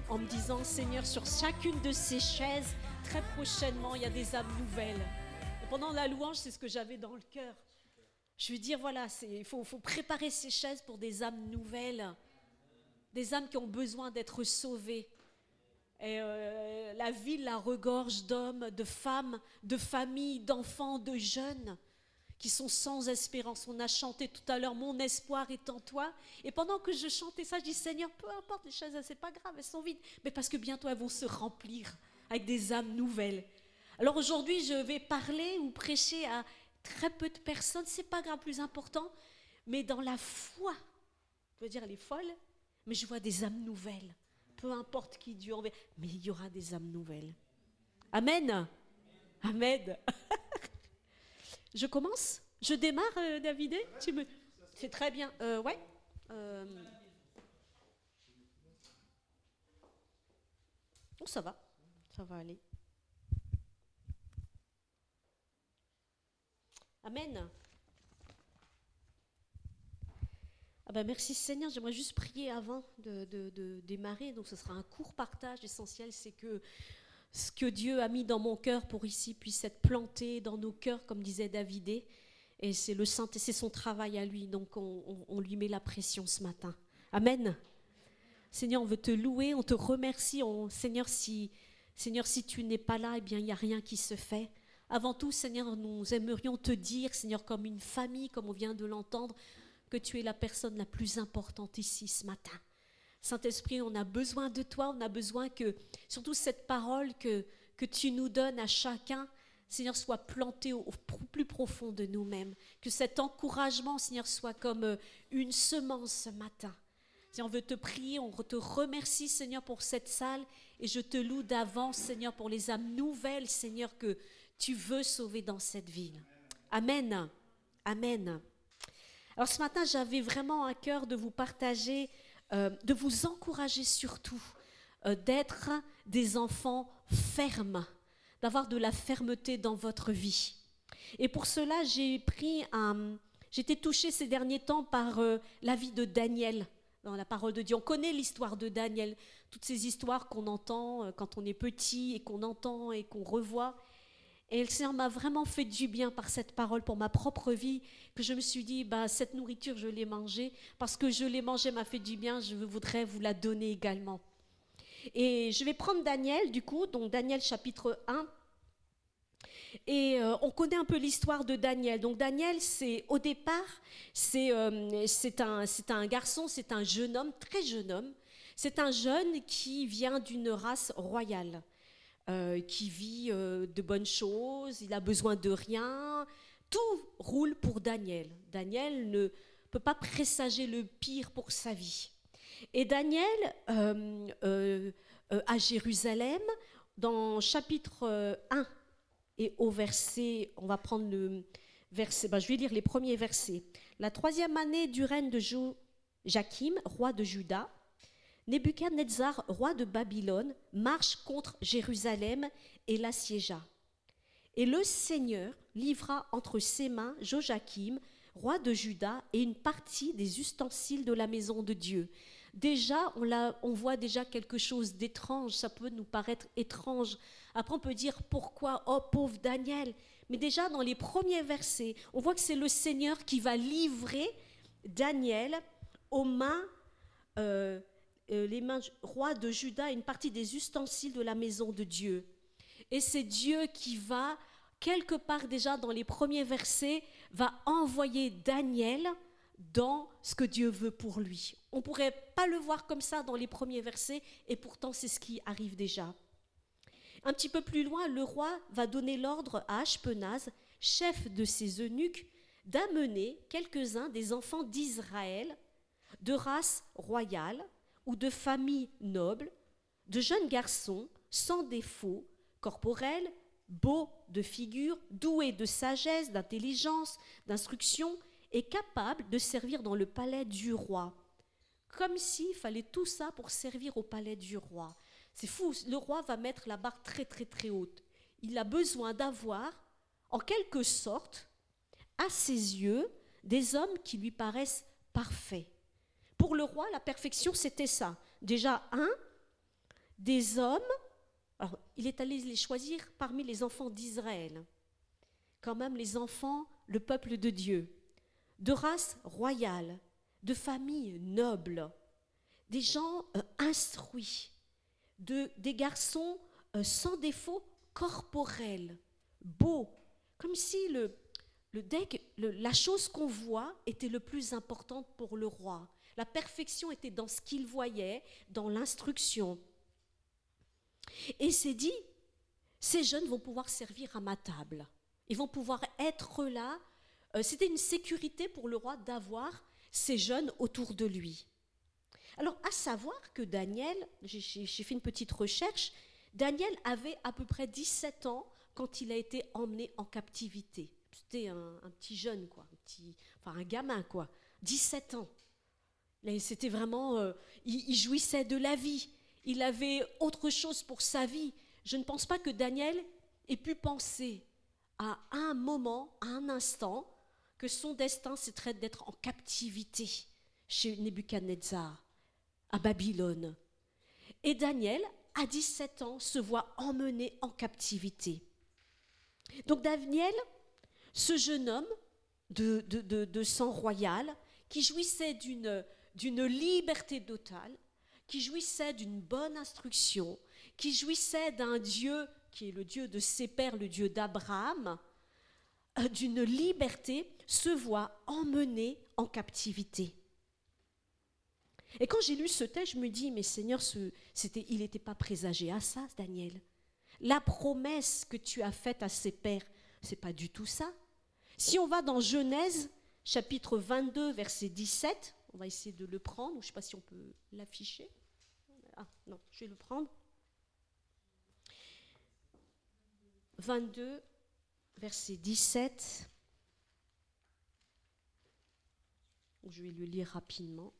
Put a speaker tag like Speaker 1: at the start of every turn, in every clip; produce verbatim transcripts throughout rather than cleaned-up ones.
Speaker 1: en me disant, Seigneur, sur chacune de ces chaises, très prochainement, il y a des âmes nouvelles. Et pendant la louange, c'est ce que j'avais dans le cœur. Je veux dire, voilà, il faut, faut préparer ces chaises pour des âmes nouvelles, des âmes qui ont besoin d'être sauvées. Et euh, la ville la regorge d'hommes, de femmes, de familles, d'enfants, de jeunes qui sont sans espérance. On a chanté tout à l'heure, mon espoir est en toi. Et pendant que je chantais ça, je dis, Seigneur, peu importe les chaises, c'est pas grave, elles sont vides. Mais parce que bientôt elles vont se remplir avec des âmes nouvelles. Alors aujourd'hui, je vais parler ou prêcher à très peu de personnes, c'est pas grave, plus important, mais dans la foi. Je veux dire, elle est folle, mais je vois des âmes nouvelles. Peu importe qui Dieu enverra, mais il y aura des âmes nouvelles. Amen. Amen. Je commence? Je démarre, euh, David? Tu me... C'est très bien. Euh, ouais. Euh... Oh, ça va. Ça va aller. Amen. Ah ben merci Seigneur, j'aimerais juste prier avant de, de, de démarrer. Donc ce sera un court partage. L'essentiel, c'est que ce que Dieu a mis dans mon cœur pour ici puisse être planté dans nos cœurs, comme disait David. Et c'est le Saint, c'est son travail à lui. Donc on, on, on lui met la pression ce matin. Amen. Seigneur, on veut te louer, on te remercie. On, Seigneur, si, Seigneur, si tu n'es pas là, eh bien il n'y a rien qui se fait. Avant tout, Seigneur, nous aimerions te dire, Seigneur, comme une famille, comme on vient de l'entendre, que tu es la personne la plus importante ici ce matin. Saint-Esprit, on a besoin de toi, on a besoin que, surtout cette parole que, que tu nous donnes à chacun, Seigneur, soit plantée au, au plus profond de nous-mêmes. Que cet encouragement, Seigneur, soit comme une semence ce matin. Seigneur, on veut te prier, on te remercie, Seigneur, pour cette salle, et je te loue d'avance, Seigneur, pour les âmes nouvelles, Seigneur, que tu veux sauver dans cette ville. Amen. Amen. Alors ce matin, j'avais vraiment à cœur de vous partager, euh, de vous encourager surtout, euh, d'être des enfants fermes, d'avoir de la fermeté dans votre vie. Et pour cela, j'ai pris un, j'ai été touchée ces derniers temps par euh, la vie de Daniel dans la parole de Dieu. On connaît l'histoire de Daniel, toutes ces histoires qu'on entend euh, quand on est petit et qu'on entend et qu'on revoit. Et le Seigneur m'a vraiment fait du bien par cette parole pour ma propre vie, que je me suis dit, bah, cette nourriture, je l'ai mangée. Parce que je l'ai mangée, m'a fait du bien, je voudrais vous la donner également. Et je vais prendre Daniel, du coup, donc Daniel chapitre un. Et euh, on connaît un peu l'histoire de Daniel. Donc Daniel, c'est au départ, c'est, euh, c'est, un, c'est un garçon, c'est un jeune homme, très jeune homme. C'est un jeune qui vient d'une race royale. Euh, qui vit euh, de bonnes choses, il a besoin de rien, tout roule pour Daniel. Daniel ne peut pas présager le pire pour sa vie. Et Daniel, euh, euh, euh, à Jérusalem, dans chapitre euh, un, et au verset, on va prendre le verset, ben je vais lire les premiers versets. La troisième année du règne de Joachim, roi de Juda, Nebuchadnezzar, roi de Babylone, marche contre Jérusalem et l'assiégea. Et le Seigneur livra entre ses mains Joachim, roi de Juda, et une partie des ustensiles de la maison de Dieu. Déjà, on, l'a, on voit déjà quelque chose d'étrange, ça peut nous paraître étrange. Après, on peut dire pourquoi, oh pauvre Daniel. Mais déjà, dans les premiers versets, on voit que c'est le Seigneur qui va livrer Daniel aux mains euh, Euh, les mains rois de Juda et une partie des ustensiles de la maison de Dieu. Et c'est Dieu qui va, quelque part déjà dans les premiers versets, va envoyer Daniel dans ce que Dieu veut pour lui. On ne pourrait pas le voir comme ça dans les premiers versets, et pourtant c'est ce qui arrive déjà. Un petit peu plus loin, le roi va donner l'ordre à Ashpenaz, chef de ses eunuques, d'amener quelques-uns des enfants d'Israël, de race royale, ou de familles nobles, de jeunes garçons sans défaut, corporels, beaux de figure, doués de sagesse, d'intelligence, d'instruction, et capables de servir dans le palais du roi. Comme s'il fallait tout ça pour servir au palais du roi. C'est fou, le roi va mettre la barre très très très haute. Il a besoin d'avoir, en quelque sorte, à ses yeux, des hommes qui lui paraissent parfaits. Pour le roi, la perfection, c'était ça. Déjà, un, des hommes, alors il est allé les choisir parmi les enfants d'Israël, quand même les enfants, le peuple de Dieu, de race royale, de famille noble, des gens euh, instruits, de, des garçons euh, sans défaut corporels, beaux, comme si le, le, le, la chose qu'on voit était le plus importante pour le roi. La perfection était dans ce qu'il voyait, dans l'instruction. Et c'est dit, ces jeunes vont pouvoir servir à ma table. Ils vont pouvoir être là. Euh, c'était une sécurité pour le roi d'avoir ces jeunes autour de lui. Alors, à savoir que Daniel, j'ai, j'ai fait une petite recherche, Daniel avait à peu près dix-sept ans quand il a été emmené en captivité. C'était un, un petit jeune, quoi, un petit, enfin un gamin, quoi, dix-sept ans. Et c'était vraiment, euh, il, il jouissait de la vie, il avait autre chose pour sa vie. Je ne pense pas que Daniel ait pu penser à un moment, à un instant, que son destin serait d'être en captivité chez Nebuchadnezzar, à Babylone. Et Daniel, à dix-sept ans, se voit emmené en captivité. Donc Daniel, ce jeune homme de, de, de, de sang royal, qui jouissait d'une, d'une liberté totale, qui jouissait d'une bonne instruction, qui jouissait d'un Dieu qui est le Dieu de ses pères, le Dieu d'Abraham, euh, d'une liberté, se voit emmené en captivité. Et quand j'ai lu ce texte, je me dis, mais Seigneur, ce, c'était, il n'était pas présagé à ça, Daniel. La promesse que tu as faite à ses pères, ce n'est pas du tout ça. Si on va dans Genèse, chapitre vingt-deux, verset dix-sept, on va essayer de le prendre, je ne sais pas si on peut l'afficher. Ah non, je vais le prendre. vingt-deux, verset dix-sept. Je vais le lire rapidement.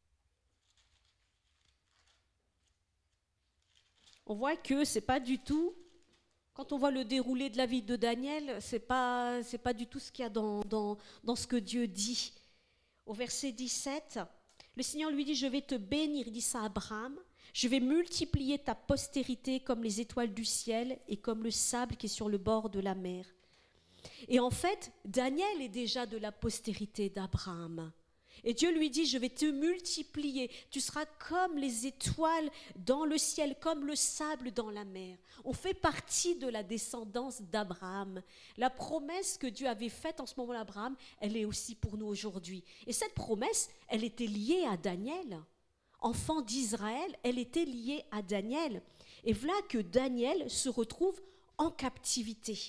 Speaker 1: On voit que c'est pas du tout, quand on voit le déroulé de la vie de Daniel, c'est pas, c'est pas du tout ce qu'il y a dans, dans, dans ce que Dieu dit. Au verset dix-sept, le Seigneur lui dit, je vais te bénir, il dit ça à Abraham, je vais multiplier ta postérité comme les étoiles du ciel et comme le sable qui est sur le bord de la mer. Et en fait, Daniel est déjà de la postérité d'Abraham. Et Dieu lui dit, je vais te multiplier, tu seras comme les étoiles dans le ciel, comme le sable dans la mer. On fait partie de la descendance d'Abraham. La promesse que Dieu avait faite en ce moment à Abraham, elle est aussi pour nous aujourd'hui. Et cette promesse, elle était liée à Daniel. Enfant d'Israël, elle était liée à Daniel. Et voilà que Daniel se retrouve en captivité.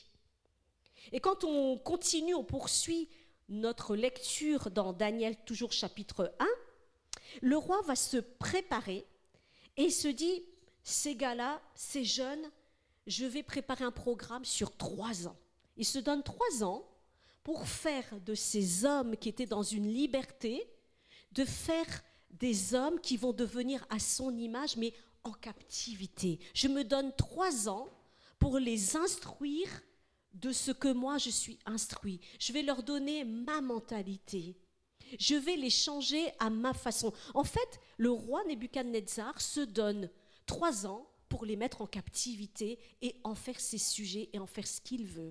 Speaker 1: Et quand on continue, on poursuit notre lecture dans Daniel, toujours chapitre un, le roi va se préparer et se dit, ces gars-là, ces jeunes, je vais préparer un programme sur trois ans. Il se donne trois ans pour faire de ces hommes qui étaient dans une liberté, de faire des hommes qui vont devenir à son image, mais en captivité. Je me donne trois ans pour les instruire de ce que moi je suis instruit. Je vais leur donner ma mentalité. Je vais les changer à ma façon. En fait, le roi Nebuchadnezzar se donne trois ans pour les mettre en captivité et en faire ses sujets et en faire ce qu'il veut.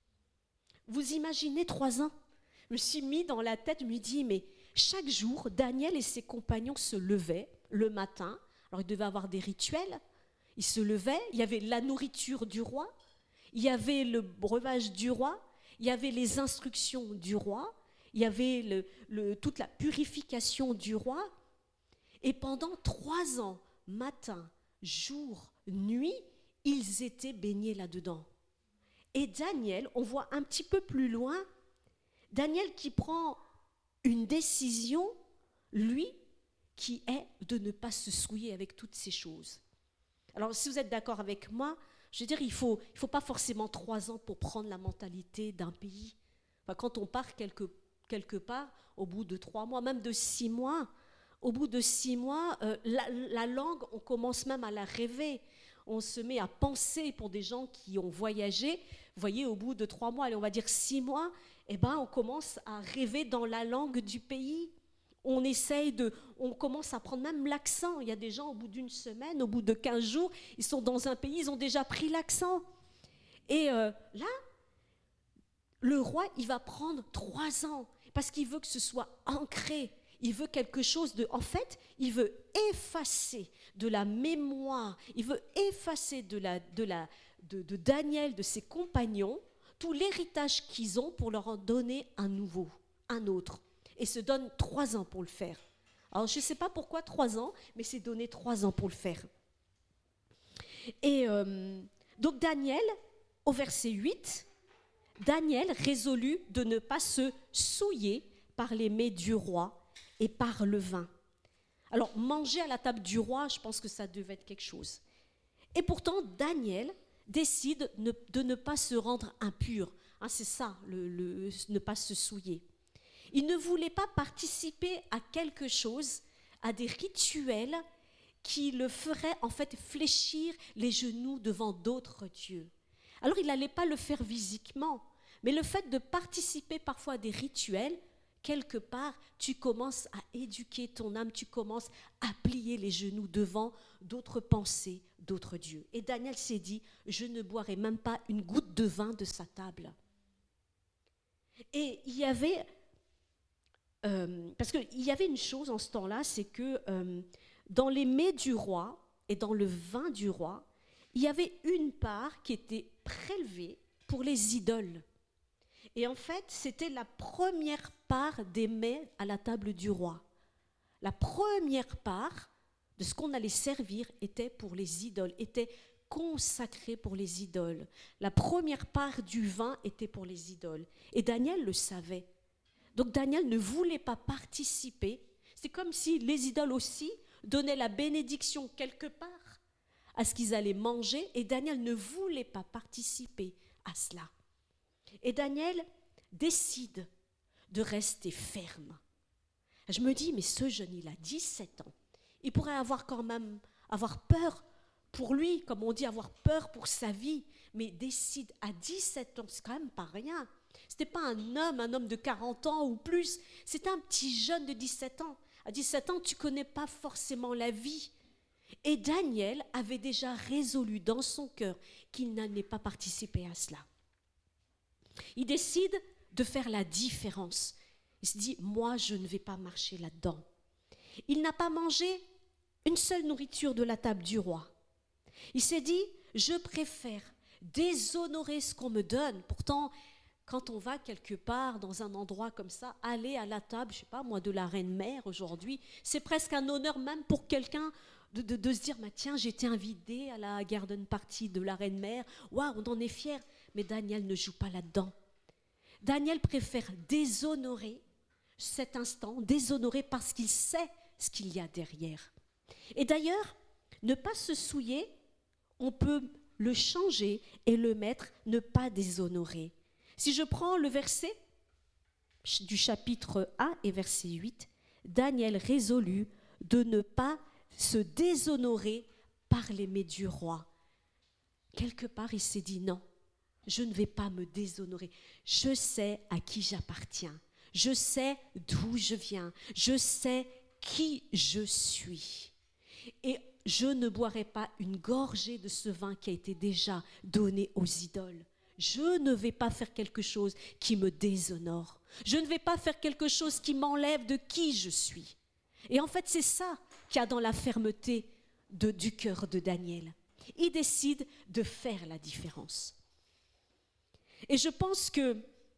Speaker 1: Vous imaginez trois ans? Je me suis mis dans la tête, je me dis, mais chaque jour, Daniel et ses compagnons se levaient le matin. Alors, ils devaient avoir des rituels. Ils se levaient, il y avait la nourriture du roi, il y avait le breuvage du roi, il y avait les instructions du roi, il y avait le, le, toute la purification du roi. Et pendant trois ans, matin, jour, nuit, ils étaient baignés là-dedans. Et Daniel, on voit un petit peu plus loin, Daniel qui prend une décision, lui, qui est de ne pas se souiller avec toutes ces choses. Alors, si vous êtes d'accord avec moi, je veux dire, il ne faut, il faut pas forcément trois ans pour prendre la mentalité d'un pays. Enfin, quand on part quelque, quelque part, au bout de trois mois, même de six mois, au bout de six mois, euh, la, la langue, on commence même à la rêver. On se met à penser pour des gens qui ont voyagé. Vous voyez, au bout de trois mois, allez, on va dire six mois, eh ben, on commence à rêver dans la langue du pays. On essaye de, on commence à prendre même l'accent. Il y a des gens, au bout d'une semaine, au bout de quinze jours, ils sont dans un pays, ils ont déjà pris l'accent. Et euh, là, le roi, il va prendre trois ans parce qu'il veut que ce soit ancré. Il veut quelque chose de... En fait, il veut effacer de la mémoire, il veut effacer de, la, de, la, de, de Daniel, de ses compagnons, tout l'héritage qu'ils ont pour leur en donner un nouveau, un autre. Et se donne trois ans pour le faire. Alors, je ne sais pas pourquoi trois ans, mais c'est donné trois ans pour le faire. Et euh, donc Daniel, au verset huit, Daniel résolut de ne pas se souiller par les mets du roi et par le vin. Alors, manger à la table du roi, je pense que ça devait être quelque chose. Et pourtant, Daniel décide ne, de ne pas se rendre impur. Hein, c'est ça, le, le, ne pas se souiller. Il ne voulait pas participer à quelque chose, à des rituels qui le feraient en fait fléchir les genoux devant d'autres dieux. Alors, il n'allait pas le faire physiquement, mais le fait de participer parfois à des rituels, quelque part, tu commences à éduquer ton âme, tu commences à plier les genoux devant d'autres pensées, d'autres dieux. Et Daniel s'est dit, je ne boirai même pas une goutte de vin de sa table. Et il y avait, euh, parce qu'il y avait une chose en ce temps-là, c'est que euh, dans les mets du roi et dans le vin du roi, il y avait une part qui était prélevée pour les idoles. Et en fait, c'était la première part des mets à la table du roi. La première part de ce qu'on allait servir était pour les idoles, était consacrée pour les idoles. La première part du vin était pour les idoles. Et Daniel le savait. Donc Daniel ne voulait pas participer. C'est comme si les idoles aussi donnaient la bénédiction quelque part à ce qu'ils allaient manger, et Daniel ne voulait pas participer à cela. Et Daniel décide de rester ferme. Je me dis, mais ce jeune, il a dix-sept ans. Il pourrait avoir quand même avoir peur pour lui, comme on dit, avoir peur pour sa vie, mais décide à dix-sept ans, c'est quand même pas rien. Ce n'était pas un homme, un homme de quarante ans ou plus, c'était un petit jeune de dix-sept ans. À dix-sept ans, tu ne connais pas forcément la vie. Et Daniel avait déjà résolu dans son cœur qu'il n'allait pas participer à cela. Il décide de faire la différence. Il se dit, moi, je ne vais pas marcher là-dedans. Il n'a pas mangé une seule nourriture de la table du roi. Il s'est dit, je préfère déshonorer ce qu'on me donne. Pourtant, quand on va quelque part dans un endroit comme ça, aller à la table, je ne sais pas moi, de la reine-mère aujourd'hui, c'est presque un honneur même pour quelqu'un de, de, de se dire, bah, tiens, j'ai été invité à la garden party de la reine-mère, waouh, on en est fiers. Mais Daniel ne joue pas là-dedans. Daniel préfère déshonorer cet instant, déshonorer parce qu'il sait ce qu'il y a derrière. Et d'ailleurs, ne pas se souiller, on peut le changer et le mettre ne pas déshonorer. Si je prends le verset du chapitre un et verset huit, Daniel résolut de ne pas se déshonorer par les mets du roi. Quelque part, il s'est dit non, je ne vais pas me déshonorer. Je sais à qui j'appartiens. Je sais d'où je viens. Je sais qui je suis. Et je ne boirai pas une gorgée de ce vin qui a été déjà donné aux idoles. Je ne vais pas faire quelque chose qui me déshonore. Je ne vais pas faire quelque chose qui m'enlève de qui je suis. Et en fait, c'est ça qu'il y a dans la fermeté de, du cœur de Daniel. Il décide de faire la différence. Et je pense que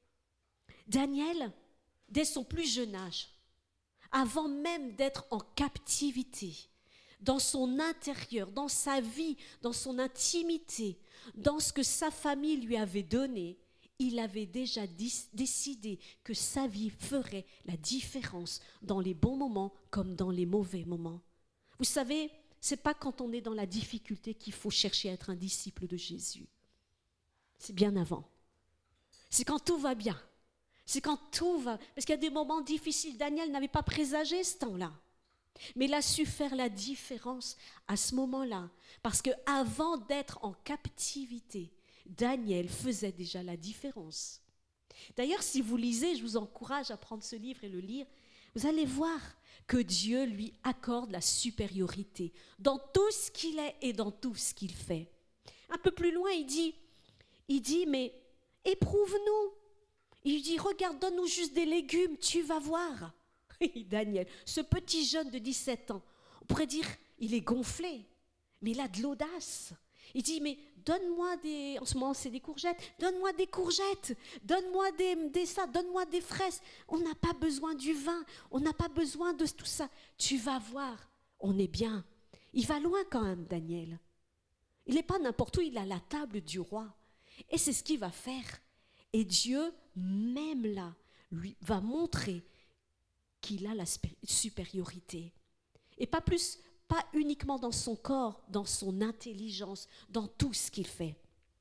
Speaker 1: Daniel, dès son plus jeune âge, avant même d'être en captivité, dans son intérieur, dans sa vie, dans son intimité, dans ce que sa famille lui avait donné, il avait déjà dis- décidé que sa vie ferait la différence dans les bons moments comme dans les mauvais moments. Vous savez, ce n'est pas quand on est dans la difficulté qu'il faut chercher à être un disciple de Jésus. C'est bien avant. C'est quand tout va bien. C'est quand tout va... Parce qu'il y a des moments difficiles. Daniel n'avait pas présagé ce temps-là. Mais il a su faire la différence à ce moment-là. Parce qu'avant d'être en captivité, Daniel faisait déjà la différence. D'ailleurs, si vous lisez, je vous encourage à prendre ce livre et le lire. vous allez voir que Dieu lui accorde la supériorité dans tout ce qu'il est et dans tout ce qu'il fait. Un peu plus loin, il dit, il dit, mais éprouve-nous. Il dit, regarde, donne-nous juste des légumes, tu vas voir. Et Daniel, ce petit jeune de dix-sept ans, on pourrait dire, il est gonflé, mais il a de l'audace. Il dit, mais donne-moi des, en ce moment c'est des courgettes, donne-moi des courgettes, donne-moi des, des ça, donne-moi des fraises. On n'a pas besoin du vin, on n'a pas besoin de tout ça. Tu vas voir, on est bien. Il va loin quand même, Daniel. Il n'est pas n'importe où, il a la table du roi. Et c'est ce qu'il va faire. Et Dieu, même là, lui va montrer qu'il a la supériorité. Et pas plus, pas uniquement dans son corps, dans son intelligence, dans tout ce qu'il fait.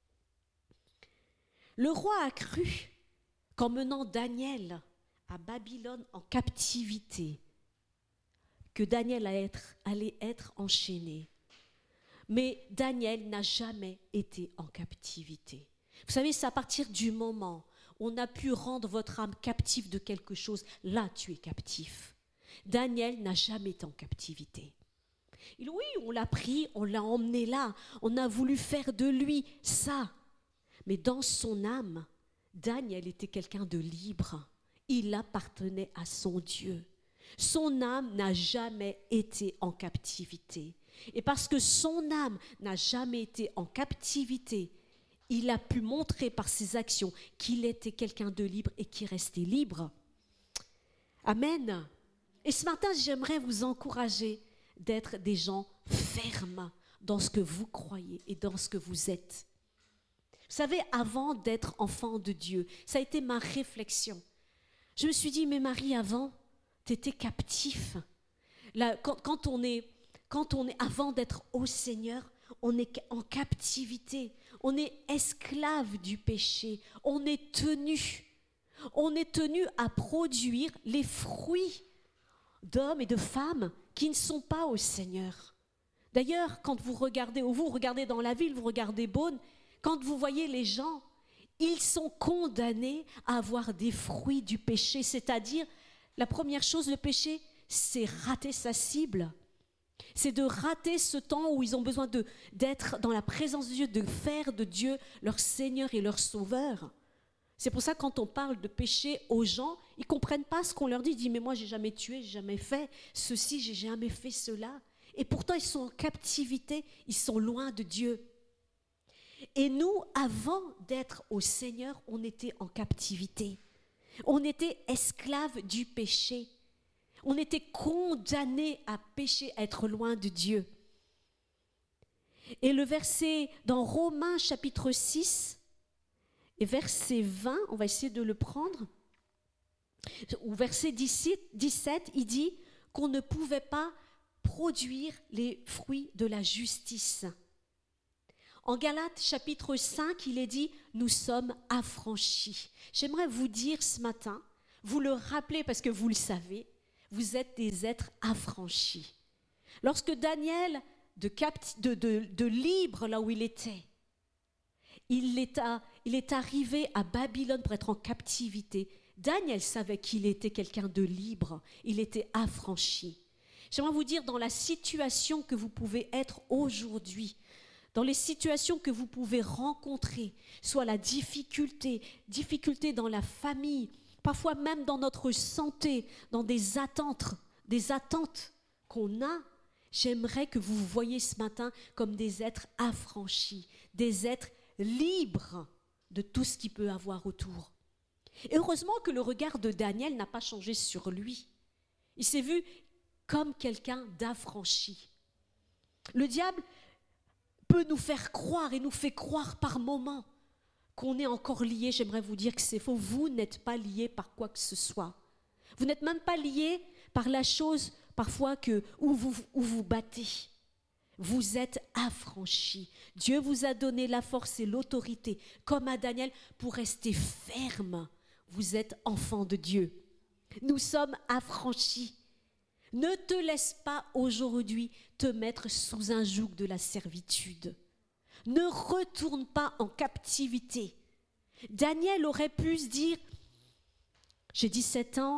Speaker 1: Le roi a cru qu'en menant Daniel à Babylone en captivité, que Daniel allait être, allait être enchaîné. Mais Daniel n'a jamais été en captivité. Vous savez, c'est à partir du moment où on a pu rendre votre âme captive de quelque chose, là tu es captif. Daniel n'a jamais été en captivité. Il, oui, on l'a pris, on l'a emmené là, on a voulu faire de lui ça. Mais dans son âme, Daniel était quelqu'un de libre. Il appartenait à son Dieu. Son âme n'a jamais été en captivité. Et parce que son âme n'a jamais été en captivité, il a pu montrer par ses actions qu'il était quelqu'un de libre et qui restait libre. Amen. Et ce matin, j'aimerais vous encourager d'être des gens fermes dans ce que vous croyez et dans ce que vous êtes. Vous savez, avant d'être enfant de Dieu, ça a été ma réflexion. Je me suis dit, mais Marie, avant, tu étais captif. Là, quand, quand, on est, quand on est, avant d'être au Seigneur, on est en captivité, on est esclave du péché, on est tenu, on est tenu à produire les fruits d'hommes et de femmes qui ne sont pas au Seigneur. D'ailleurs, quand vous regardez, ou vous regardez dans la ville, vous regardez Beaune, quand vous voyez les gens, ils sont condamnés à avoir des fruits du péché, c'est-à-dire, la première chose, le péché, c'est rater sa cible. C'est de rater ce temps où ils ont besoin de, d'être dans la présence de Dieu, de faire de Dieu leur Seigneur et leur Sauveur. C'est pour ça que quand on parle de péché aux gens, ils ne comprennent pas ce qu'on leur dit. Ils disent, mais moi, je n'ai jamais tué, je n'ai jamais fait ceci, je n'ai jamais fait cela. Et pourtant, ils sont en captivité, ils sont loin de Dieu. Et nous, avant d'être au Seigneur, on était en captivité. On était esclaves du péché. On était condamnés à pécher, à être loin de Dieu. Et le verset dans Romains chapitre six et verset vingt, on va essayer de le prendre, ou verset dix-sept, il dit qu'on ne pouvait pas produire les fruits de la justice. En Galates chapitre cinq, il est dit « Nous sommes affranchis ». J'aimerais vous dire ce matin, vous le rappeler parce que vous le savez, vous êtes des êtres affranchis. Lorsque Daniel, de, capt- de, de, de libre là où il était, il est, à, il est arrivé à Babylone pour être en captivité, Daniel savait qu'il était quelqu'un de libre, il était affranchi. J'aimerais vous dire, dans la situation que vous pouvez être aujourd'hui, dans les situations que vous pouvez rencontrer, soit la difficulté, difficulté dans la famille, parfois même dans notre santé, dans des attentes, des attentes qu'on a, j'aimerais que vous vous voyiez ce matin comme des êtres affranchis, des êtres libres de tout ce qu'il peut avoir autour. Et heureusement que le regard de Daniel n'a pas changé sur lui. Il s'est vu comme quelqu'un d'affranchi. Le diable peut nous faire croire et nous fait croire par moments qu'on est encore lié. J'aimerais vous dire que c'est faux. Vous n'êtes pas lié par quoi que ce soit. Vous n'êtes même pas lié par la chose parfois que, où, vous, où vous battez. Vous êtes affranchis. Dieu vous a donné la force et l'autorité, comme à Daniel, pour rester ferme. Vous êtes enfant de Dieu. Nous sommes affranchis. Ne te laisse pas aujourd'hui te mettre sous un joug de la servitude. Ne retourne pas en captivité. Daniel aurait pu se dire, j'ai dix-sept ans,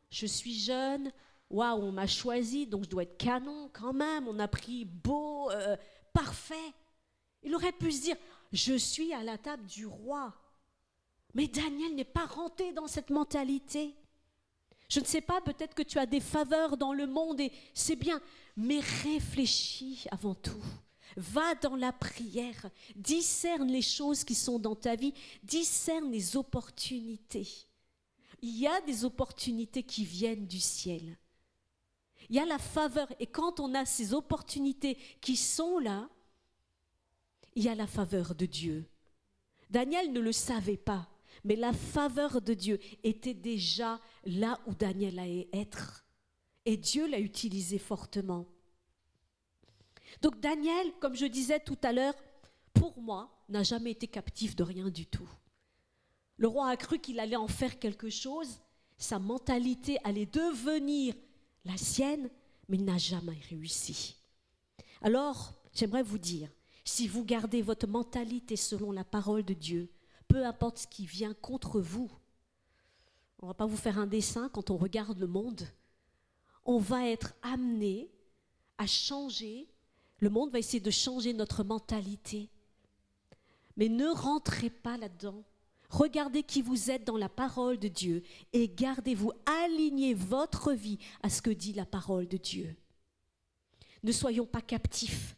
Speaker 1: je suis jeune, waouh, on m'a choisi, donc je dois être canon quand même, on a pris beau, euh, parfait. Il aurait pu se dire, je suis à la table du roi. Mais Daniel n'est pas rentré dans cette mentalité. Je ne sais pas, peut-être que tu as des faveurs dans le monde et c'est bien, mais réfléchis avant tout. Va dans la prière, discerne les choses qui sont dans ta vie, discerne les opportunités. Il y a des opportunités qui viennent du ciel. Il y a la faveur et quand on a ces opportunités qui sont là, il y a la faveur de Dieu. Daniel ne le savait pas. Mais la faveur de Dieu était déjà là où Daniel allait être. Et Dieu l'a utilisé fortement. Donc Daniel, comme je disais tout à l'heure, pour moi, n'a jamais été captif de rien du tout. Le roi a cru qu'il allait en faire quelque chose, sa mentalité allait devenir la sienne, mais il n'a jamais réussi. Alors, j'aimerais vous dire, si vous gardez votre mentalité selon la parole de Dieu, peu importe ce qui vient contre vous, on ne va pas vous faire un dessin quand on regarde le monde, on va être amené à changer, le monde va essayer de changer notre mentalité. Mais ne rentrez pas là-dedans. Regardez qui vous êtes dans la parole de Dieu et gardez-vous, alignez votre vie à ce que dit la parole de Dieu. Ne soyons pas captifs.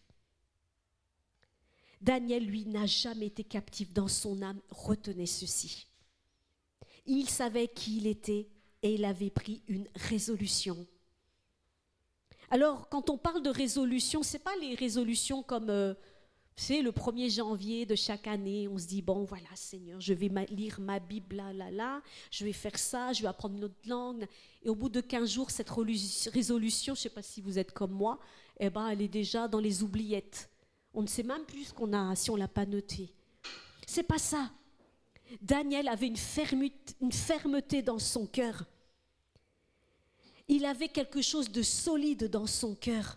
Speaker 1: Daniel, lui, n'a jamais été captif dans son âme. Retenez ceci. Il savait qui il était et il avait pris une résolution. Alors, quand on parle de résolution, ce n'est pas les résolutions comme, euh, c'est le premier janvier de chaque année. On se dit, bon, voilà, Seigneur, je vais ma- lire ma Bible là, là, là. Je vais faire ça, je vais apprendre une autre langue. Et au bout de quinze jours, cette résolution, je ne sais pas si vous êtes comme moi, eh ben, elle est déjà dans les oubliettes. On ne sait même plus ce qu'on a si on ne l'a pas noté. C'est pas ça. Daniel avait une fermeté, une fermeté dans son cœur. Il avait quelque chose de solide dans son cœur.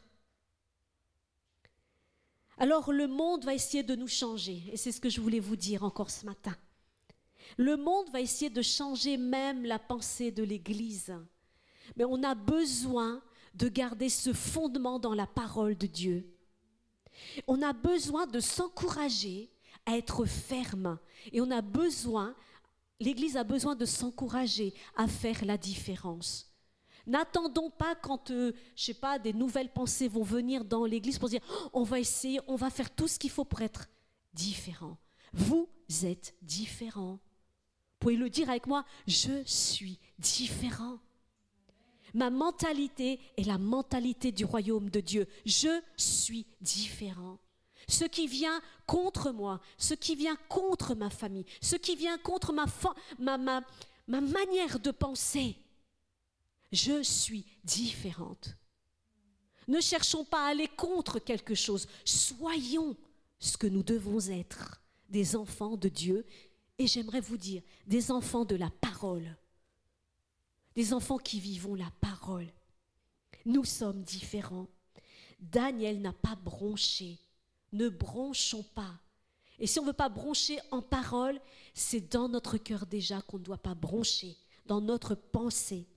Speaker 1: Alors le monde va essayer de nous changer. Et c'est ce que je voulais vous dire encore ce matin. Le monde va essayer de changer même la pensée de l'Église. Mais on a besoin de garder ce fondement dans la parole de Dieu. On a besoin de s'encourager à être ferme. Et on a besoin, l'Église a besoin de s'encourager à faire la différence. N'attendons pas quand, euh, je sais pas, des nouvelles pensées vont venir dans l'Église pour dire oh, on va essayer, on va faire tout ce qu'il faut pour être différent. Vous êtes différents. Vous pouvez le dire avec moi, je suis différent. Ma mentalité est la mentalité du royaume de Dieu. Je suis différent. Ce qui vient contre moi, ce qui vient contre ma famille, ce qui vient contre ma, fa- ma, ma, ma manière de penser, je suis différente. Ne cherchons pas à aller contre quelque chose. Soyons ce que nous devons être, des enfants de Dieu. Et j'aimerais vous dire, des enfants de la parole. Des enfants qui vivons la parole. Nous sommes différents. Daniel n'a pas bronché. Ne bronchons pas. Et si on ne veut pas broncher en parole, c'est dans notre cœur déjà qu'on ne doit pas broncher, dans notre pensée.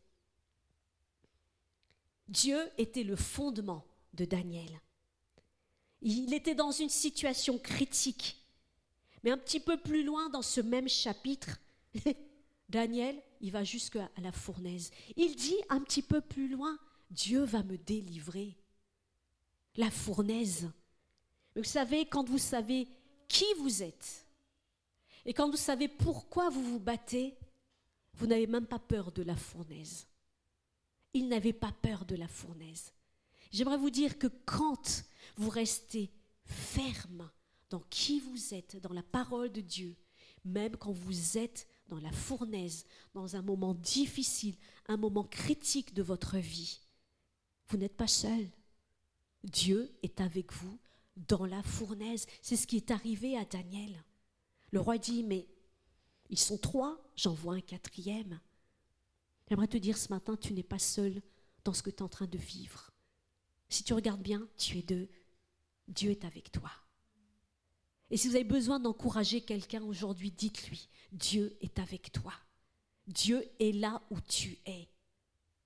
Speaker 1: Dieu était le fondement de Daniel. Il était dans une situation critique. Mais un petit peu plus loin dans ce même chapitre, Daniel, il va jusqu'à la fournaise. Il dit un petit peu plus loin, Dieu va me délivrer. La fournaise. Mais vous savez, quand vous savez qui vous êtes, et quand vous savez pourquoi vous vous battez, vous n'avez même pas peur de la fournaise. Il n'avait pas peur de la fournaise. J'aimerais vous dire que quand vous restez ferme dans qui vous êtes, dans la parole de Dieu, même quand vous êtes dans la fournaise, dans un moment difficile, un moment critique de votre vie, vous n'êtes pas seul. Dieu est avec vous dans la fournaise. C'est ce qui est arrivé à Daniel. Le roi dit, mais ils sont trois, j'en vois un quatrième. J'aimerais te dire ce matin, tu n'es pas seul dans ce que tu es en train de vivre. Si tu regardes bien, tu es deux. Dieu est avec toi. Et si vous avez besoin d'encourager quelqu'un aujourd'hui, dites-lui, Dieu est avec toi. Dieu est là où tu es.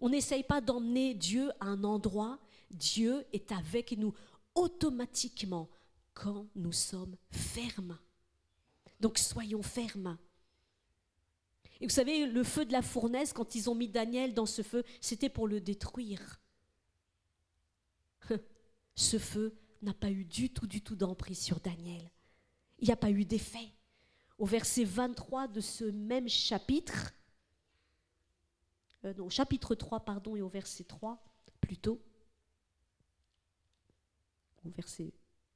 Speaker 1: On n'essaye pas d'emmener Dieu à un endroit. Dieu est avec nous automatiquement quand nous sommes fermes. Donc soyons fermes. Et vous savez, le feu de la fournaise, quand ils ont mis Daniel dans ce feu, c'était pour le détruire. Ce feu n'a pas eu du tout, du tout d'emprise sur Daniel. Il n'y a pas eu d'effet. Au verset vingt-trois de ce même chapitre, euh, non, chapitre trois, pardon, et au verset trois, plutôt, au verset,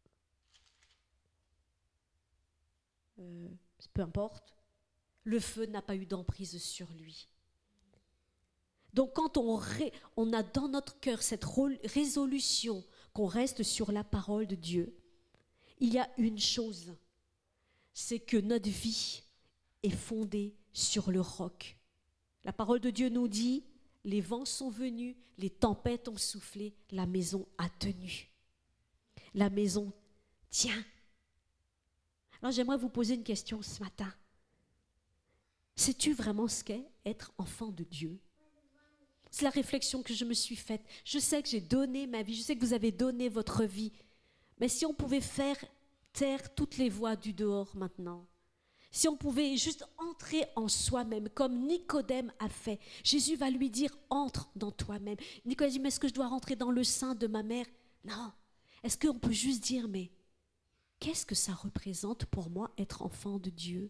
Speaker 1: euh, peu importe, le feu n'a pas eu d'emprise sur lui. Donc quand on, ré, on a dans notre cœur cette résolution qu'on reste sur la parole de Dieu, il y a une chose, c'est que notre vie est fondée sur le roc. La parole de Dieu nous dit, les vents sont venus, les tempêtes ont soufflé, la maison a tenu. La maison tient. Alors j'aimerais vous poser une question ce matin. Sais-tu vraiment ce qu'est être enfant de Dieu? C'est la réflexion que je me suis faite. Je sais que j'ai donné ma vie, je sais que vous avez donné votre vie. Mais si on pouvait faire taire toutes les voix du dehors maintenant, si on pouvait juste entrer en soi-même, comme Nicodème a fait, Jésus va lui dire, entre dans toi-même. Nicodème dit, mais est-ce que je dois rentrer dans le sein de ma mère? Non. Est-ce qu'on peut juste dire, mais qu'est-ce que ça représente pour moi être enfant de Dieu?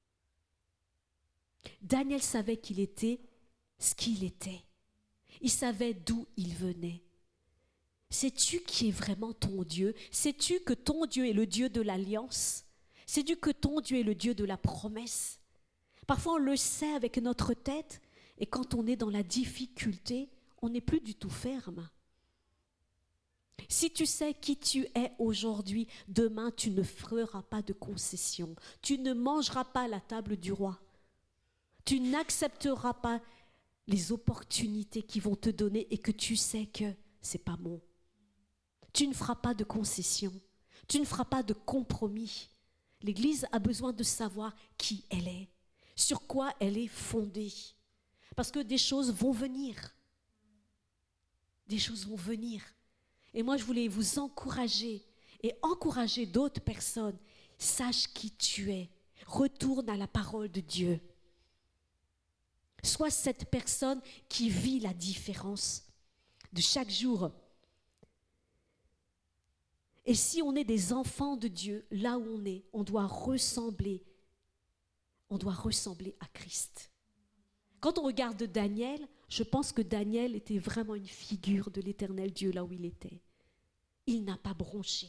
Speaker 1: Daniel savait qu'il était ce qu'il était. Il savait d'où il venait. Sais-tu qui est vraiment ton Dieu? Sais-tu que ton Dieu est le Dieu de l'alliance? Sais-tu que ton Dieu est le Dieu de la promesse? Parfois on le sait avec notre tête et quand on est dans la difficulté, on n'est plus du tout ferme. Si tu sais qui tu es aujourd'hui, demain tu ne feras pas de concessions. Tu ne mangeras pas à la table du roi. Tu n'accepteras pas les opportunités qui vont te donner et que tu sais que c'est pas bon. Tu ne feras pas de concessions. Tu ne feras pas de compromis. L'Église a besoin de savoir qui elle est, sur quoi elle est fondée. Parce que des choses vont venir. Des choses vont venir. Et moi, je voulais vous encourager et encourager d'autres personnes. Sache qui tu es. Retourne à la parole de Dieu. Sois cette personne qui vit la différence de chaque jour. Et si on est des enfants de Dieu, là où on est, on doit ressembler, on doit ressembler à Christ. Quand on regarde Daniel, je pense que Daniel était vraiment une figure de l'Éternel Dieu là où il était. Il n'a pas bronché.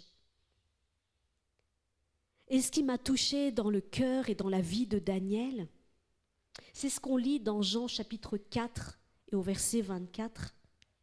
Speaker 1: Et ce qui m'a touchée dans le cœur et dans la vie de Daniel, c'est ce qu'on lit dans Jean chapitre quatre et au verset vingt-quatre.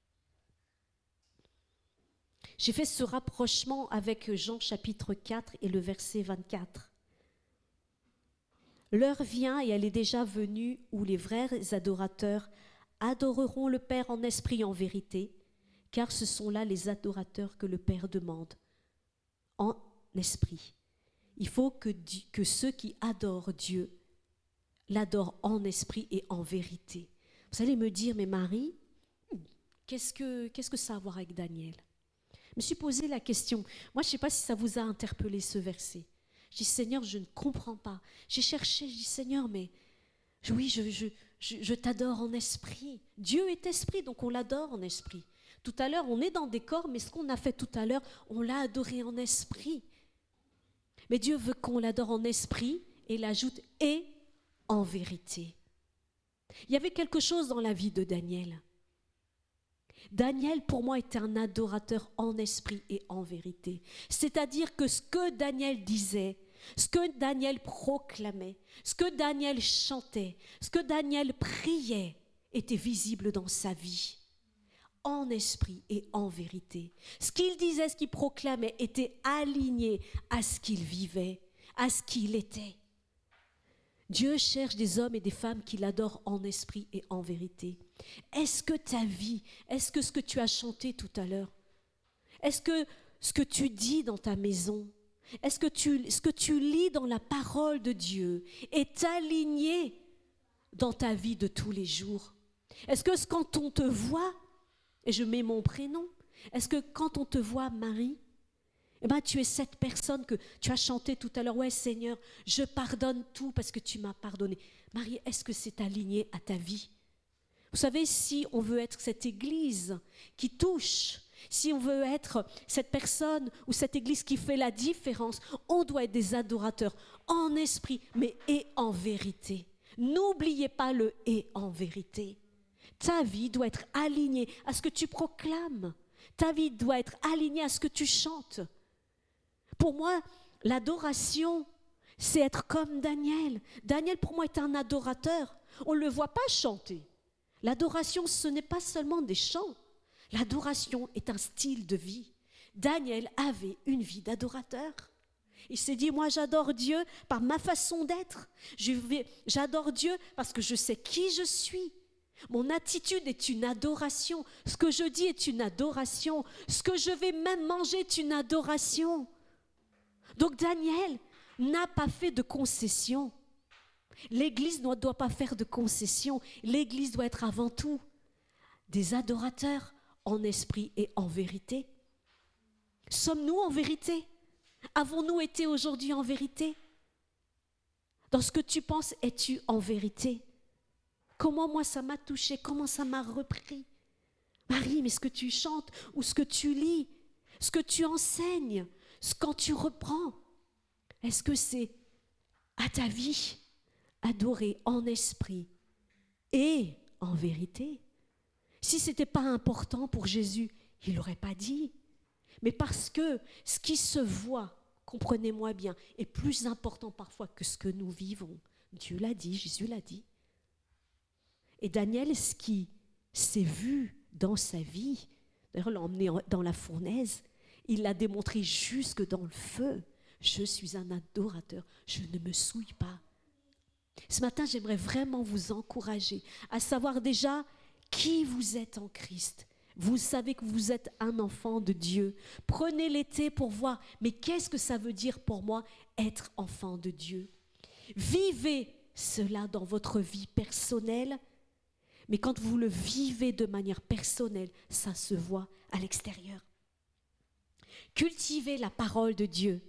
Speaker 1: J'ai fait ce rapprochement avec Jean chapitre quatre et le verset vingt-quatre. L'heure vient et elle est déjà venue où les vrais adorateurs adoreront le Père en esprit et en vérité, car ce sont là les adorateurs que le Père demande, en esprit. Il faut que, que ceux qui adorent Dieu l'adorent en esprit et en vérité. Vous allez me dire, mais Marie, qu'est-ce que, qu'est-ce que ça a à voir avec Daniel? Je me suis posé la question. Moi, je ne sais pas si ça vous a interpellé ce verset. Je dis, Seigneur, je ne comprends pas. J'ai cherché, je dis, Seigneur, mais oui, je, je, je, je t'adore en esprit. Dieu est esprit, donc on l'adore en esprit. Tout à l'heure, on est dans des corps, mais ce qu'on a fait tout à l'heure, on l'a adoré en esprit. Mais Dieu veut qu'on l'adore en esprit et il ajoute « et en vérité ». Il y avait quelque chose dans la vie de Daniel. Daniel, pour moi, était un adorateur en esprit et en vérité. C'est-à-dire que ce que Daniel disait, ce que Daniel proclamait, ce que Daniel chantait, ce que Daniel priait, était visible dans sa vie, en esprit et en vérité. Ce qu'il disait, ce qu'il proclamait, était aligné à ce qu'il vivait, à ce qu'il était. Dieu cherche des hommes et des femmes qui l'adorent en esprit et en vérité. Est-ce que ta vie, est-ce que ce que tu as chanté tout à l'heure, est-ce que ce que tu dis dans ta maison, est-ce que tu, ce que tu lis dans la parole de Dieu est aligné dans ta vie de tous les jours? Est-ce que quand on te voit, et je mets mon prénom, est-ce que quand on te voit, Marie, eh ben, tu es cette personne que tu as chanté tout à l'heure, ouais Seigneur, je pardonne tout parce que tu m'as pardonné. Marie, est-ce que c'est aligné à ta vie? Vous savez, si on veut être cette église qui touche, si on veut être cette personne ou cette église qui fait la différence, on doit être des adorateurs en esprit, mais et en vérité. N'oubliez pas le « et en vérité ». Ta vie doit être alignée à ce que tu proclames. Ta vie doit être alignée à ce que tu chantes. Pour moi, l'adoration, c'est être comme Daniel. Daniel, pour moi, est un adorateur. On ne le voit pas chanter. L'adoration, ce n'est pas seulement des chants. L'adoration est un style de vie. Daniel avait une vie d'adorateur. Il s'est dit, moi j'adore Dieu par ma façon d'être. Je vais, j'adore Dieu parce que je sais qui je suis. Mon attitude est une adoration. Ce que je dis est une adoration. Ce que je vais même manger est une adoration. Donc Daniel n'a pas fait de concession. L'Église ne doit pas faire de concession. L'Église doit être avant tout des adorateurs en esprit et en vérité. Sommes-nous en vérité? Avons-nous été aujourd'hui en vérité? Dans ce que tu penses, es-tu en vérité? Comment moi ça m'a touché? Comment ça m'a repris? Marie, mais ce que tu chantes ou ce que tu lis, ce que tu enseignes, ce quand tu reprends, est-ce que c'est à ta vie adorée en esprit et en vérité? Si ce n'était pas important pour Jésus, il n'aurait pas dit. Mais parce que ce qui se voit, comprenez-moi bien, est plus important parfois que ce que nous vivons. Dieu l'a dit, Jésus l'a dit. Et Daniel, ce qui s'est vu dans sa vie, d'ailleurs l'a emmené dans la fournaise, il l'a démontré jusque dans le feu. Je suis un adorateur, je ne me souille pas. Ce matin, j'aimerais vraiment vous encourager à savoir déjà qui vous êtes en Christ. Vous savez que vous êtes un enfant de Dieu. Prenez l'été pour voir, mais qu'est-ce que ça veut dire pour moi, être enfant de Dieu? Vivez cela dans votre vie personnelle, mais quand vous le vivez de manière personnelle, ça se voit à l'extérieur. Cultivez la parole de Dieu.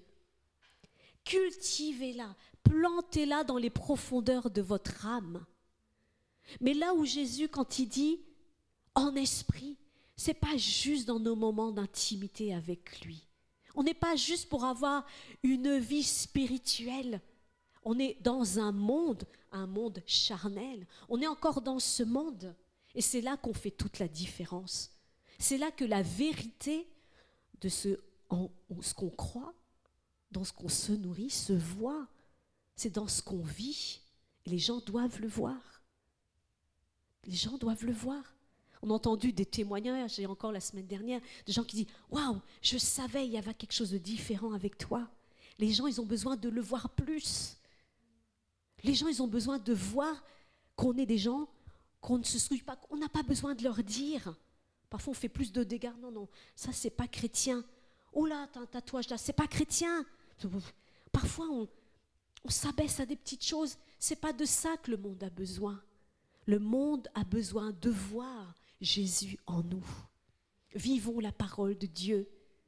Speaker 1: Cultivez-la, plantez-la dans les profondeurs de votre âme. Mais là où Jésus, quand il dit en esprit, c'est pas juste dans nos moments d'intimité avec lui. On n'est pas juste pour avoir une vie spirituelle. On est dans un monde, un monde charnel. On est encore dans ce monde. Et c'est là qu'on fait toute la différence. C'est là que la vérité de ce, en, en ce qu'on croit, dans ce qu'on se nourrit, se voit. C'est dans ce qu'on vit. Et les gens doivent le voir. Les gens doivent le voir. On a entendu des témoignages, et encore la semaine dernière, de gens qui disent « Waouh, je savais, il y avait quelque chose de différent avec toi. » Les gens, ils ont besoin de le voir plus. Les gens, ils ont besoin de voir qu'on est des gens, qu'on ne se soucie pas, qu'on n'a pas besoin de leur dire. Parfois, on fait plus de dégâts. Non, non, ça, c'est pas chrétien. Oh là, t'as un tatouage là, c'est pas chrétien. Parfois, on, on s'abaisse à des petites choses. C'est pas de ça que le monde a besoin. Le monde a besoin de voir Jésus en nous. Vivons la parole de Dieu.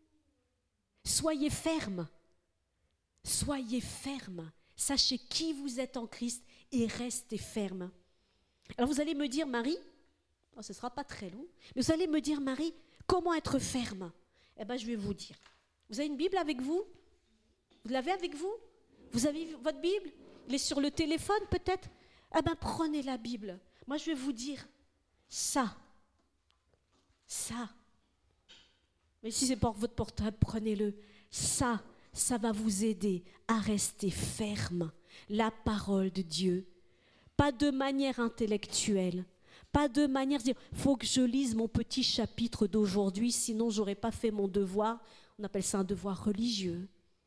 Speaker 1: Soyez fermes. Soyez fermes. Sachez qui vous êtes en Christ et restez fermes. Alors vous allez me dire, Marie, oh, ce ne sera pas très long, mais vous allez me dire, Marie, comment être ferme? Eh bien, je vais vous dire. Vous avez une Bible avec vous? Vous l'avez avec vous? Vous avez votre Bible? Elle est sur le téléphone peut-être? Eh bien, prenez la Bible. Moi, je vais vous dire ça. Ça. Mais si c'est pour votre portable, prenez-le. Ça, ça va vous aider à rester ferme. La parole de Dieu. Pas de manière intellectuelle. Pas de manière de dire, il faut que je lise mon petit chapitre d'aujourd'hui, sinon je n'aurais pas fait mon devoir. On appelle ça un devoir religieux.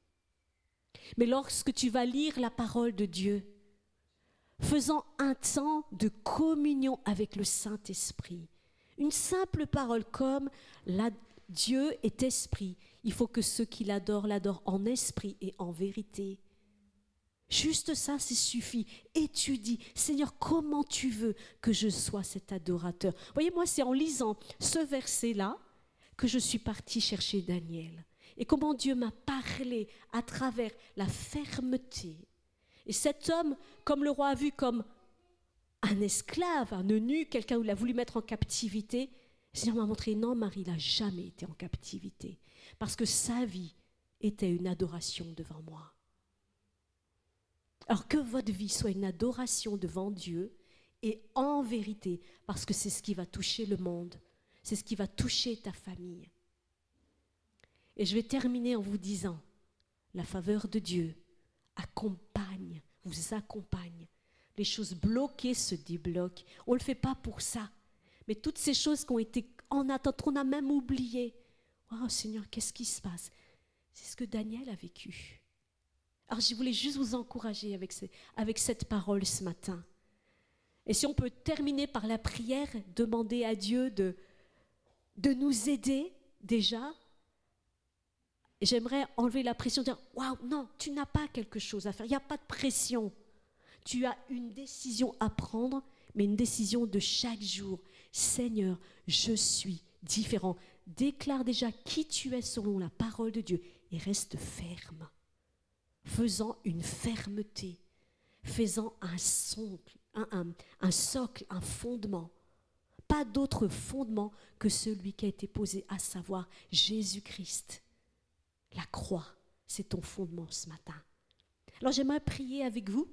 Speaker 1: Mais lorsque tu vas lire la parole de Dieu, faisant un temps de communion avec le Saint-Esprit. Une simple parole comme la, Dieu est esprit. Il faut que ceux qui l'adorent l'adorent en esprit et en vérité. Juste ça, c'est suffit. Et tu dis, Seigneur, comment tu veux que je sois cet adorateur? Voyez, moi, c'est en lisant ce verset-là que je suis partie chercher Daniel. Et comment Dieu m'a parlé à travers la fermeté. Et cet homme, comme le roi a vu comme un esclave, un eunuque, quelqu'un où il a voulu mettre en captivité, le Seigneur m'a montré, non, Marie, il n'a jamais été en captivité. Parce que sa vie était une adoration devant moi. Alors que votre vie soit une adoration devant Dieu et en vérité, parce que c'est ce qui va toucher le monde, c'est ce qui va toucher ta famille. Et je vais terminer en vous disant, la faveur de Dieu accompagne, vous accompagne. Les choses bloquées se débloquent. On ne le fait pas pour ça. Mais toutes ces choses qui ont été en attente, qu'on a même oubliées. Oh Seigneur, qu'est-ce qui se passe? C'est ce que Daniel a vécu. Alors je voulais juste vous encourager avec, ce, avec cette parole ce matin. Et si on peut terminer par la prière, demander à Dieu de, de nous aider déjà. Et j'aimerais enlever la pression, dire « Waouh, non, tu n'as pas quelque chose à faire, il n'y a pas de pression. Tu as une décision à prendre, mais une décision de chaque jour. Seigneur, je suis différent. Déclare déjà qui tu es selon la parole de Dieu et reste ferme. Faisant une fermeté, faisant un socle, un, un, un socle, un fondement. Pas d'autre fondement que celui qui a été posé, à savoir Jésus-Christ. La croix, c'est ton fondement ce matin. Alors j'aimerais prier avec vous.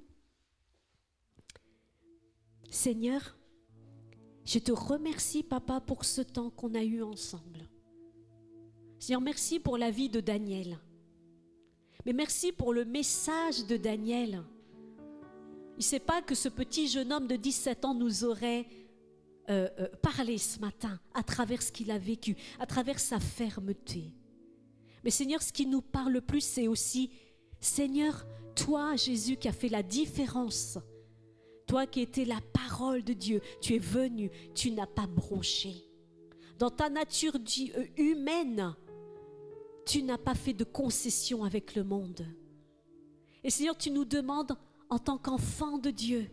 Speaker 1: Seigneur, je te remercie, Papa, pour ce temps qu'on a eu ensemble. Seigneur, merci pour la vie de Daniel. Mais merci pour le message de Daniel. Il ne sait pas que ce petit jeune homme de dix-sept ans nous aurait euh, euh, parlé ce matin à travers ce qu'il a vécu, à travers sa fermeté. Mais Seigneur, ce qui nous parle le plus, c'est aussi, Seigneur, toi, Jésus, qui as fait la différence. Toi qui étais la parole de Dieu, tu es venu, tu n'as pas bronché. Dans ta nature humaine, tu n'as pas fait de concession avec le monde. Et Seigneur, tu nous demandes, en tant qu'enfant de Dieu,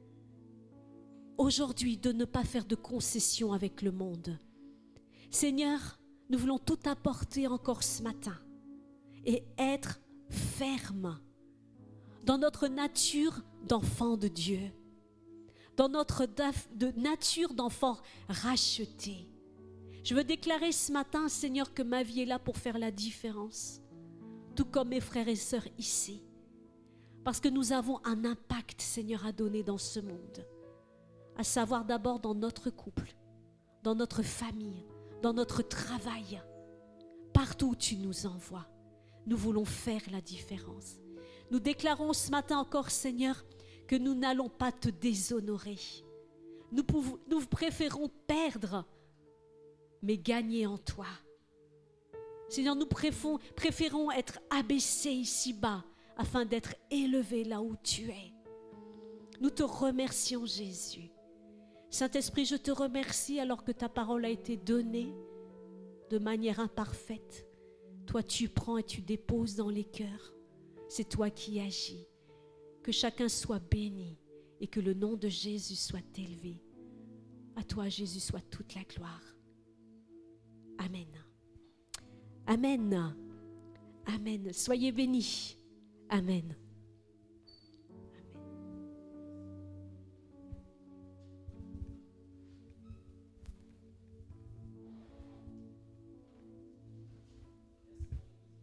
Speaker 1: aujourd'hui, de ne pas faire de concession avec le monde. Seigneur, nous voulons tout apporter encore ce matin et être fermes dans notre nature d'enfant de Dieu, dans notre de nature d'enfant racheté. Je veux déclarer ce matin, Seigneur, que ma vie est là pour faire la différence, tout comme mes frères et sœurs ici, parce que nous avons un impact, Seigneur, à donner dans ce monde, à savoir d'abord dans notre couple, dans notre famille, dans notre travail, partout où tu nous envoies. Nous voulons faire la différence. Nous déclarons ce matin encore, Seigneur, que nous n'allons pas te déshonorer. Nous, pouvons, nous préférons perdre, mais gagner en toi. Seigneur, nous préférons, préférons être abaissés ici-bas afin d'être élevés là où tu es. Nous te remercions, Jésus. Saint-Esprit, je te remercie alors que ta parole a été donnée de manière imparfaite. Toi, tu prends et tu déposes dans les cœurs. C'est toi qui agis. Que chacun soit béni et que le nom de Jésus soit élevé. À toi, Jésus, soit toute la gloire. Amen. Amen. Amen. Soyez bénis. Amen.